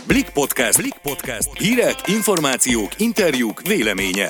Blik Podcast. Blik Podcast. Hírek, információk, interjúk, véleménye.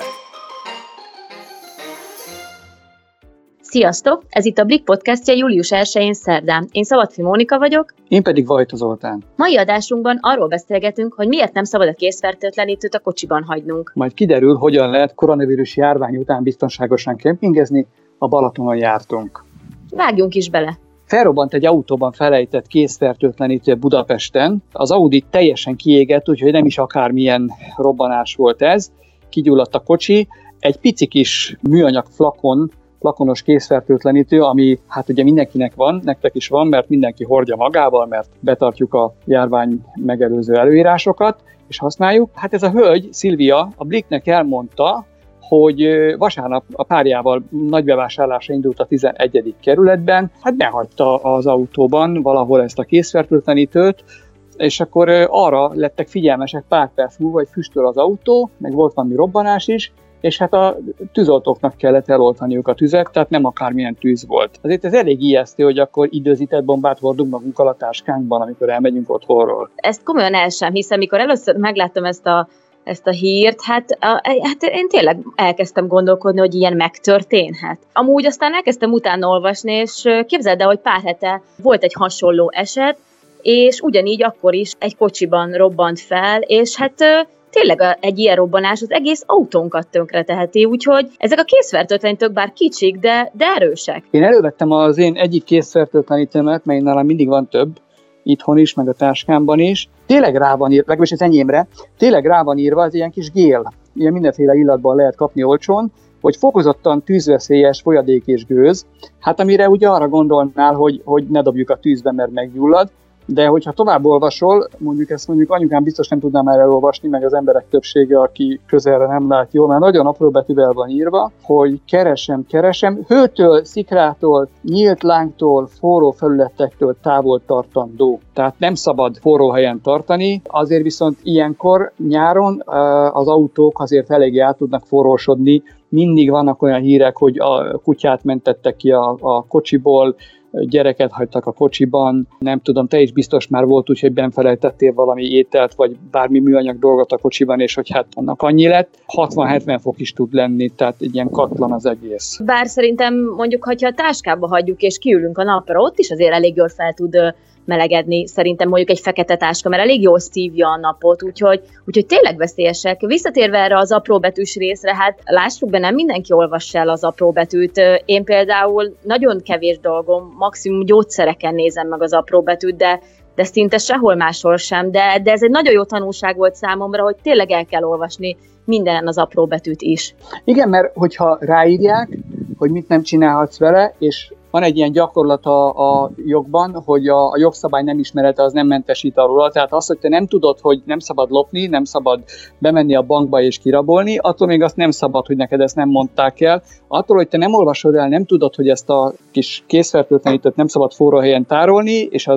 Sziasztok! Ez itt a Blik Podcastja július 1-én szerdán. Én Szabadfi Mónika vagyok. Én pedig Vajta Zoltán. Mai adásunkban arról beszélgetünk, hogy miért nem szabad a készfertőtlenítőt a kocsiban hagynunk. Majd kiderül, hogyan lehet koronavírus járvány után biztonságosan kempingezni, a Balatonon jártunk. Vágjunk is bele! Felrobbant egy autóban felejtett készfertőtlenítő Budapesten. Az Audi teljesen kiégett, úgyhogy nem is akármilyen robbanás volt ez. Kigyulladt a kocsi, egy pici kis műanyag flakonos készfertőtlenítő, ami hát ugye mindenkinek van, nektek is van, mert mindenki hordja magával, mert betartjuk a járvány megelőző előírásokat, és használjuk. Hát ez a hölgy, Szilvia, a Bliknek elmondta, hogy vasárnap a párjával nagybevásárlásra indult a 11. kerületben, hát behagyta az autóban valahol ezt a készfertőtlenítőt, és akkor arra lettek figyelmesek pár perc múlva, hogy füstöl az autó, meg volt valami robbanás is, és hát a tűzoltóknak kellett eloltaniuk a tüzet, tehát nem akármilyen tűz volt. Azért ez elég ijesztő, hogy akkor időzített bombát hordunk magunkkal a táskánkban, amikor elmegyünk otthonról. Ezt komolyan el sem hiszem, mikor először megláttam ezt a hírt, hát én tényleg elkezdtem gondolkodni, hogy ilyen megtörténhet. Amúgy aztán elkezdtem utána olvasni, és képzeld el, hogy pár hete volt egy hasonló eset, és ugyanígy akkor is egy kocsiban robbant fel, és hát tényleg egy ilyen robbanás az egész autónkat tönkreteheti, úgyhogy ezek a készfertőtlenítők bár kicsik, de erősek. Én elővettem az én egyik készfertőtlenítőmet, mert nálam mindig van több, itthon is, meg a táskámban is. Tényleg rá van írva, legalábbis az enyémre, tényleg rá van írva, ez ilyen kis gél, ilyen mindenféle illatban lehet kapni olcsón, hogy fokozottan tűzveszélyes folyadék és gőz, hát amire ugye arra gondolnál, hogy ne dobjuk a tűzbe, mert meggyullad, de hogyha tovább olvasol, mondjuk anyukám biztos nem tudná már elolvasni, meg az emberek többsége, aki közelre nem lát jól, mert nagyon apró betűvel van írva, hogy keresem, hőtől, szikrától, nyílt lángtól, forró felületektől távol tartandó. Tehát nem szabad forró helyen tartani, azért viszont ilyenkor nyáron az autók azért eléggé át tudnak forrósodni, mindig vannak olyan hírek, hogy a kutyát mentettek ki a kocsiból, gyereket hagytak a kocsiban, nem tudom, te is biztos már volt úgy, hogy benfelejtettél valami ételt, vagy bármi műanyag dolgot a kocsiban, és hogy hát annak annyi lett. 60-70 fok is tud lenni, tehát egy ilyen katlan az egész. Bár szerintem mondjuk, hogyha a táskába hagyjuk, és kiülünk a napra, ott is azért elég jól fel tud melegedni, szerintem mondjuk egy fekete táska, mert elég jól szívja a napot, úgyhogy tényleg veszélyesek. Visszatérve erre az apróbetűs részre, hát lássuk be, nem mindenki olvassa el az apróbetűt. Én például nagyon kevés dolgom, maximum gyógyszereken nézem meg az apróbetűt, de szinte sehol máshol sem, de ez egy nagyon jó tanulság volt számomra, hogy tényleg el kell olvasni minden az apróbetűt is. Igen, mert hogyha ráírják, hogy mit nem csinálhatsz vele, és van egy ilyen gyakorlat a jogban, hogy a jogszabály nem ismerete az nem mentesít arról. Tehát az, hogy te nem tudod, hogy nem szabad lopni, nem szabad bemenni a bankba és kirabolni, attól még azt nem szabad, hogy neked ezt nem mondták el. Attól, hogy te nem olvasod el, nem tudod, hogy ezt a kis készfertőtlenítőt nem szabad forró helyen tárolni, és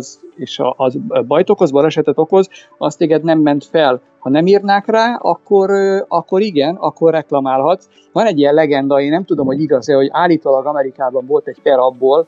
az bajt okoz, balesetet okoz, azt téged nem ment fel. Ha nem írnák rá, akkor igen, akkor reklamálhatsz. Van egy ilyen legenda, én nem tudom, hogy igaz-e, hogy állítólag Amerikában volt egy per abból,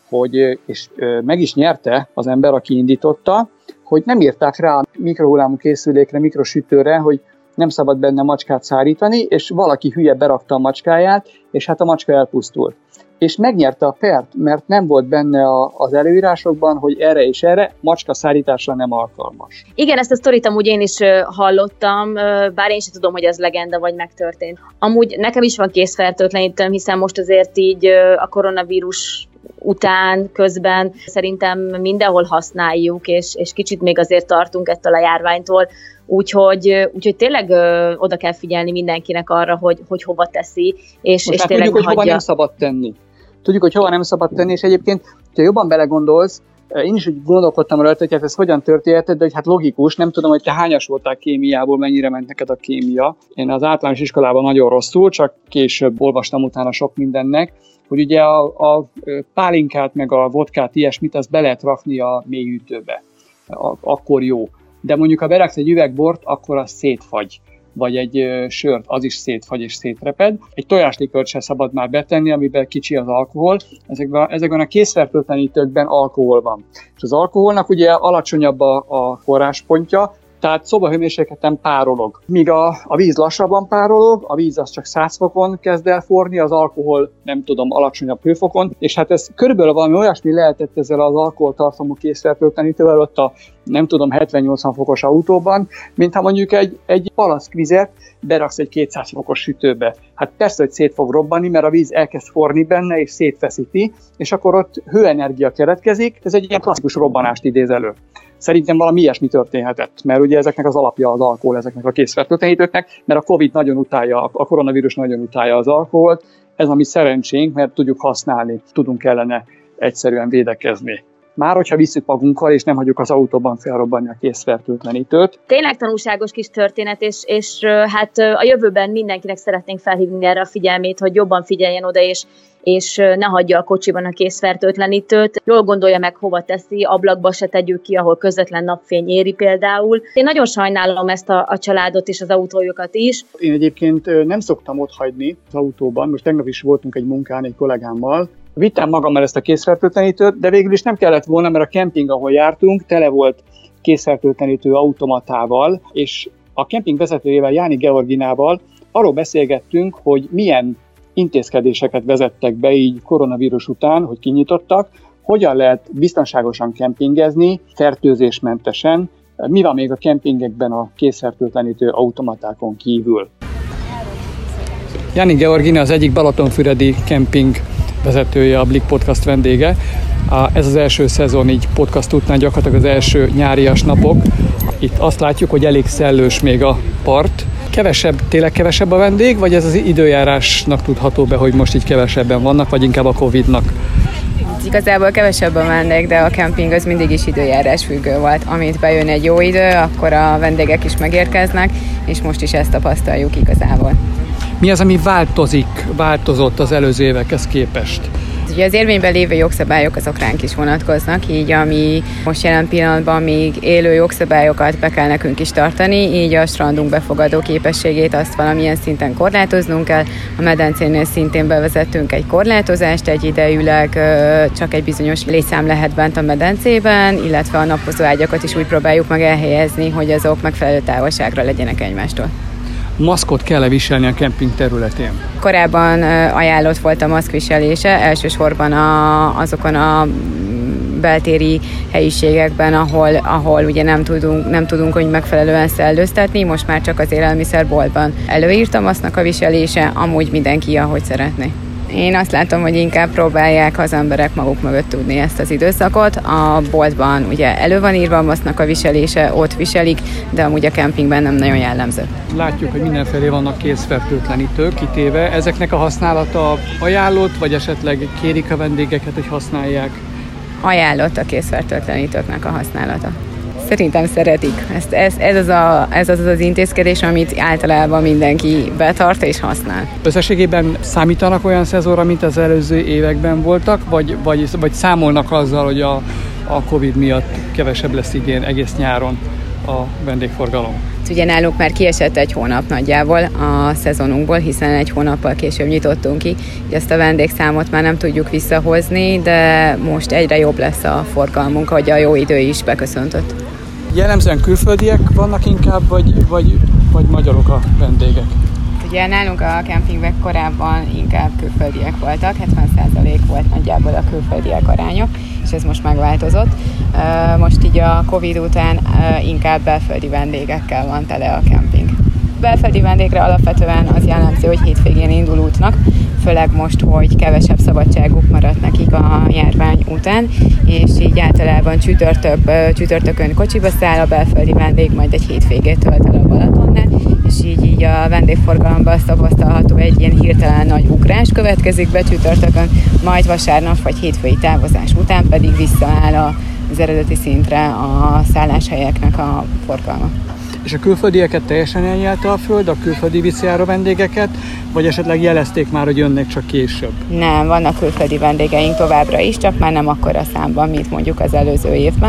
és meg is nyerte az ember, aki indította, hogy nem írták rá a mikrohullámú készülékre, mikrosütőre, hogy nem szabad benne macskát szárítani, és valaki hülye berakta a macskáját, és hát a macska elpusztult. És megnyerte a pert, mert nem volt benne az előírásokban, hogy erre és erre macska szárításra nem alkalmas. Igen, ezt a sztorit amúgy én is hallottam, bár én sem tudom, hogy ez legenda vagy megtörtént. Amúgy nekem is van készfertőtlenítőm, hiszen most azért így a koronavírus után, közben szerintem mindenhol használjuk, és kicsit még azért tartunk ettől a járványtól, úgyhogy tényleg oda kell figyelni mindenkinek arra, hogy hova teszi, és tényleg tudjuk, hogy hova nem szabad tenni. Tudjuk, hogy hova nem szabad tenni, és egyébként, ha jobban belegondolsz, én is úgy gondolkodtam rajta, hogy ez hogyan történt, de hogy hát logikus, nem tudom, hogy te hányas voltál kémiából, mennyire ment neked a kémia. Én az általános iskolában nagyon rosszul, csak később olvastam utána sok mindennek, hogy ugye a pálinkát, meg a vodkát, ilyesmit, azt be lehet rakni a mélyhűtőbe. Akkor jó. De mondjuk, ha beraksz egy üvegbort, akkor az szétfagy. Vagy egy sört, az is szétfagy és szétreped. Egy tojáslikört se szabad már betenni, amiben kicsi az alkohol. Ezekben a készfertőtlenítőkben alkohol van. És az alkoholnak ugye alacsonyabb a forráspontja, tehát szobahőmérsékleten párolog. Míg a víz lassabban párolog, a víz az csak 100 fokon kezd el forni, az alkohol nem tudom, alacsonyabb hőfokon, és hát ez körülbelül valami olyasmi lehetett ezzel az alkoholtartalmú készfertőtlenítővel ott a nem tudom, 70-80 fokos autóban, mint ha mondjuk egy palackvizet beraksz egy 200 fokos sütőbe. Hát persze, hogy szét fog robbanni, mert a víz elkezd forni benne, és szétfeszíti, és akkor ott hőenergia keletkezik, ez egy ilyen klasszikus robbanást idéz elő. Szerintem valami ilyesmi történhetett, mert ugye ezeknek az alapja az alkohol, ezeknek a készfertőtlenítőknek, mert a Covid nagyon utálja, a koronavírus nagyon utálja az alkoholt, ez a mi szerencsénk, mert tudjuk használni, tudunk ellene egyszerűen védekezni. Már hogyha visszük magunkkal, és nem hagyjuk az autóban felrobbanni a készfertőtlenítőt. Tényleg tanulságos kis történet, és hát a jövőben mindenkinek szeretnénk felhívni erre a figyelmét, hogy jobban figyeljen oda, és ne hagyja a kocsiban a készfertőtlenítőt. Jól gondolja meg, hova teszi, ablakba se tegyük ki, ahol közvetlen napfény éri például. Én nagyon sajnálom ezt a családot és az autójukat is. Én egyébként nem szoktam otthagyni az autóban, most tegnap is voltunk egy munkán egy kollégámmal, vittem magammal ezt a készfertőtlenítőt, de végül is nem kellett volna, mert a kemping, ahol jártunk, tele volt készfertőtlenítő automatával, és a kemping vezetőjével, Jáni Georginával arról beszélgettünk, hogy milyen intézkedéseket vezettek be így koronavírus után, hogy kinyitottak, hogyan lehet biztonságosan kempingezni, fertőzésmentesen, mi van még a kempingekben a készfertőtlenítő automatákon kívül. Jáni Georgina az egyik balatonfüredi kemping vezetője, a Blik Podcast vendége. Ez az első szezon így podcast után, gyakorlatilag az első nyárias napok. Itt azt látjuk, hogy elég szellős még a part. Tényleg kevesebb a vendég, vagy ez az időjárásnak tudható be, hogy most így kevesebben vannak, vagy inkább a Covid-nak? Igazából kevesebb a vendég, de a kemping az mindig is időjárás függő volt. Amint bejön egy jó idő, akkor a vendégek is megérkeznek, és most is ezt tapasztaljuk igazából. Mi az, ami változott az előző évekhez képest? Ugye az érvényben lévő jogszabályok azok ránk is vonatkoznak, így ami most jelen pillanatban még élő jogszabályokat be kell nekünk is tartani, így a strandunk befogadó képességét azt valamilyen szinten korlátoznunk kell. A medencénél szintén bevezettünk egy korlátozást, egyidejűleg csak egy bizonyos létszám lehet bent a medencében, illetve a napozó ágyakat is úgy próbáljuk meg elhelyezni, hogy azok megfelelő távolságra legyenek egymástól. Maszkot kell viselni a kemping területén? Korábban ajánlott volt a maszkviselése, elsősorban azokon a beltéri helyiségekben, ahol ugye nem tudunk hogy megfelelően szellőztetni, most már csak az élelmiszerboltban előírt a maszknak a viselése, amúgy mindenki, ahogy szeretné. Én azt látom, hogy inkább próbálják az emberek maguk mögött tudni ezt az időszakot. A boltban ugye elő van írva a maszknak a viselése, ott viselik, de amúgy a kempingben nem nagyon jellemző. Látjuk, hogy mindenfelé vannak készfertőtlenítők kitéve. Ezeknek a használata ajánlott, vagy esetleg kérik a vendégeket, hogy használják? Ajánlott a készfertőtlenítőknek a használata. Szerintem szeretik. Ez az intézkedés, amit általában mindenki betart és használ. Összességében számítanak olyan szezonra, mint az előző években voltak, vagy számolnak azzal, hogy a Covid miatt kevesebb lesz igény egész nyáron a vendégforgalom? Ugye nálunk már kiesett egy hónap nagyjából a szezonunkból, hiszen egy hónappal később nyitottunk ki, így ezt a vendégszámot már nem tudjuk visszahozni, de most egyre jobb lesz a forgalmunk, hogy a jó idő is beköszöntött. Jellemzően külföldiek vannak inkább, vagy magyarok a vendégek? Ugye nálunk a kempingben korábban inkább külföldiek voltak, 70% volt nagyjából a külföldiek aránya, és ez most megváltozott. Most így a Covid után inkább belföldi vendégekkel van tele a kemping. Belföldi vendégre alapvetően az jellemző, hogy hétvégén indul útnak, főleg most, hogy kevesebb szabadságuk maradt nekik a járvány után, és így általában csütörtökön kocsiba száll a belföldi vendég, majd egy hétvégét tölt el a Balatonnál, és így a vendégforgalomban azt tapasztalható, egy ilyen hirtelen nagy ugrás következik be csütörtökön, majd vasárnap vagy hétfői távozás után pedig visszaáll az eredeti szintre a szálláshelyeknek a forgalma. És a külföldieket teljesen elnyelte a föld, a külföldi visszajáró vendégeket, vagy esetleg jelezték már, hogy jönnek csak később? Nem, vannak külföldi vendégeink továbbra is, csak már nem akkora számban, mint mondjuk az előző évben.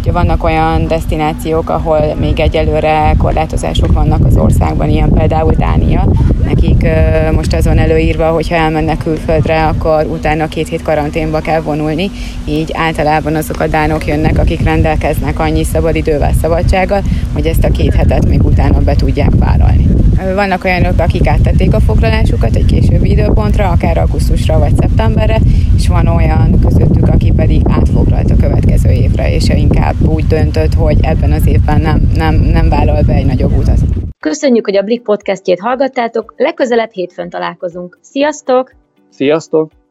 Ugye vannak olyan desztinációk, ahol még egyelőre korlátozások vannak az országban, ilyen például Dánia. Nekik most az van előírva, hogy ha elmennek külföldre, akkor utána 2 hét karanténba kell vonulni. Így általában azok a dánok jönnek, akik rendelkeznek annyi szabadidővel, szabadsággal, hogy ezt a 2 hetet még utána be tudják vállalni. Vannak olyanok, akik áttették a foglalásukat egy későbbi időpontra, akár augusztusra vagy szeptemberre, és van olyan közöttük, aki pedig átfoglalt a következő évre, és inkább úgy döntött, hogy ebben az évben nem vállal be egy nagyobb utat. Köszönjük, hogy a Blik podcastjét hallgattátok, legközelebb hétfőn találkozunk. Sziasztok! Sziasztok!